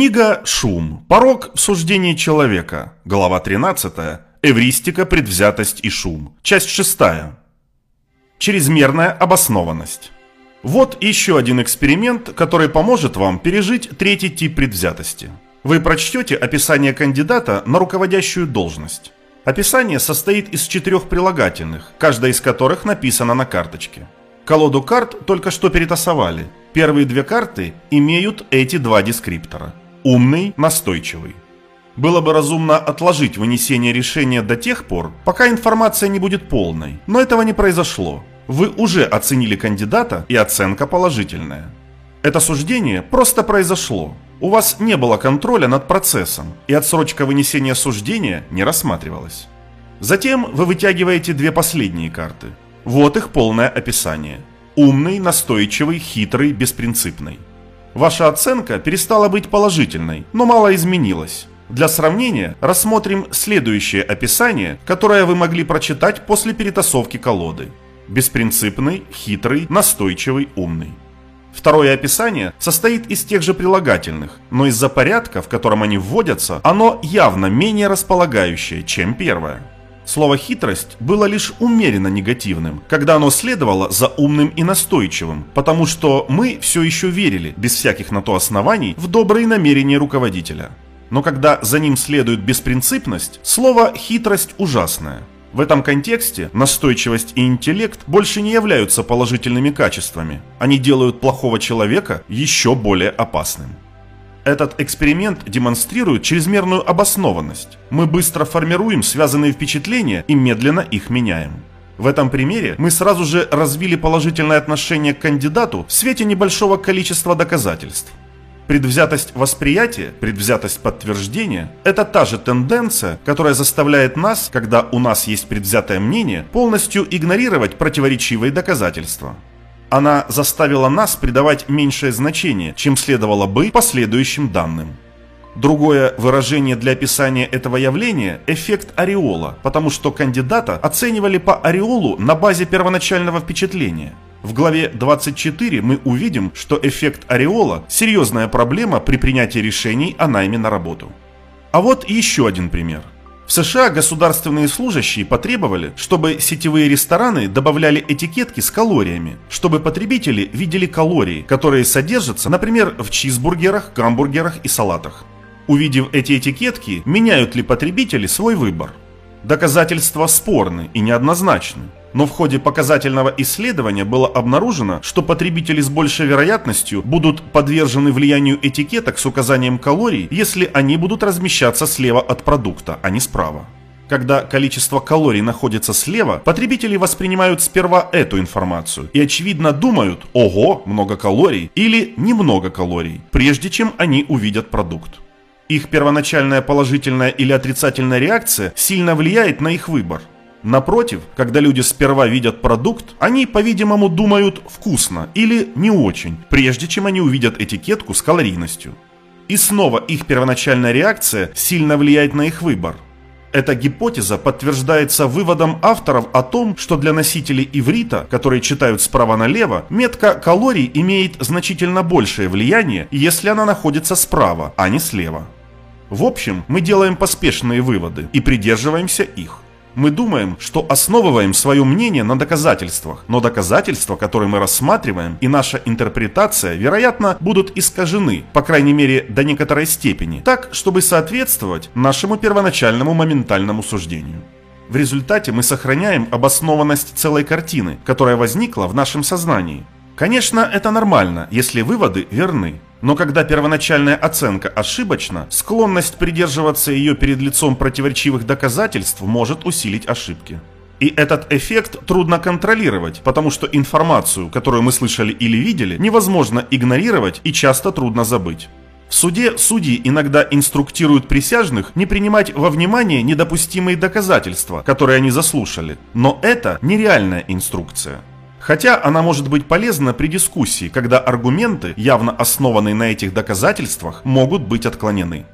Книга «Шум. Порок в суждении человека». Глава 13. Эвристика, предвзятость и шум. Часть 6. Чрезмерная обоснованность. Вот еще один эксперимент, который поможет вам пережить третий тип предвзятости. Вы прочтете описание кандидата на руководящую должность. Описание состоит из 4 прилагательных, каждая из которых написана на карточке. Колоду карт только что перетасовали. Первые 2 карты имеют эти 2 дескриптора. Умный, настойчивый. Было бы разумно отложить вынесение решения до тех пор, пока информация не будет полной, но этого не произошло. Вы уже оценили кандидата, и оценка положительная. Это суждение просто произошло. У вас не было контроля над процессом, и отсрочка вынесения суждения не рассматривалась. Затем вы вытягиваете 2 последние карты. Вот их полное описание. Умный, настойчивый, хитрый, беспринципный. Ваша оценка перестала быть положительной, но мало изменилась. Для сравнения рассмотрим следующее описание, которое вы могли прочитать после перетасовки колоды. Беспринципный, хитрый, настойчивый, умный. Второе описание состоит из тех же прилагательных, но из-за порядка, в котором они вводятся, оно явно менее располагающее, чем первое. Слово «хитрость» было лишь умеренно негативным, когда оно следовало за умным и настойчивым, потому что мы все еще верили, без всяких на то оснований, в добрые намерения руководителя. Но когда за ним следует беспринципность, слово «хитрость» ужасное. В этом контексте настойчивость и интеллект больше не являются положительными качествами. Они делают плохого человека еще более опасным. Этот эксперимент демонстрирует чрезмерную обоснованность. Мы быстро формируем связанные впечатления и медленно их меняем. В этом примере мы сразу же развили положительное отношение к кандидату в свете небольшого количества доказательств. Предвзятость восприятия, предвзятость подтверждения – это та же тенденция, которая заставляет нас, когда у нас есть предвзятое мнение, полностью игнорировать противоречивые доказательства. Она заставила нас придавать меньшее значение, чем следовало бы последующим данным. Другое выражение для описания этого явления – эффект ореола, потому что кандидата оценивали по ореолу на базе первоначального впечатления. В главе 24 мы увидим, что эффект ореола – серьезная проблема при принятии решений о найме на работу. А вот еще один пример. В США государственные служащие потребовали, чтобы сетевые рестораны добавляли этикетки с калориями, чтобы потребители видели калории, которые содержатся, например, в чизбургерах, гамбургерах и салатах. Увидев эти этикетки, меняют ли потребители свой выбор? Доказательства спорны и неоднозначны, но в ходе показательного исследования было обнаружено, что потребители с большей вероятностью будут подвержены влиянию этикеток с указанием калорий, если они будут размещаться слева от продукта, а не справа. Когда количество калорий находится слева, потребители воспринимают сперва эту информацию и очевидно думают «Ого, много калорий» или «немного калорий», прежде чем они увидят продукт. Их первоначальная положительная или отрицательная реакция сильно влияет на их выбор. Напротив, когда люди сперва видят продукт, они, по-видимому, думают «вкусно» или «не очень», прежде чем они увидят этикетку с калорийностью. И снова их первоначальная реакция сильно влияет на их выбор. Эта гипотеза подтверждается выводом авторов о том, что для носителей иврита, которые читают справа налево, метка калорий имеет значительно большее влияние, если она находится справа, а не слева. В общем, мы делаем поспешные выводы и придерживаемся их. Мы думаем, что основываем свое мнение на доказательствах, но доказательства, которые мы рассматриваем, и наша интерпретация, вероятно, будут искажены, по крайней мере, до некоторой степени, так, чтобы соответствовать нашему первоначальному моментальному суждению. В результате мы сохраняем обоснованность целой картины, которая возникла в нашем сознании. Конечно, это нормально, если выводы верны. Но когда первоначальная оценка ошибочна, склонность придерживаться ее перед лицом противоречивых доказательств может усилить ошибки. И этот эффект трудно контролировать, потому что информацию, которую мы слышали или видели, невозможно игнорировать и часто трудно забыть. В суде судьи иногда инструктируют присяжных не принимать во внимание недопустимые доказательства, которые они заслушали, но это нереальная инструкция. Хотя она может быть полезна при дискуссии, когда аргументы, явно основанные на этих доказательствах, могут быть отклонены.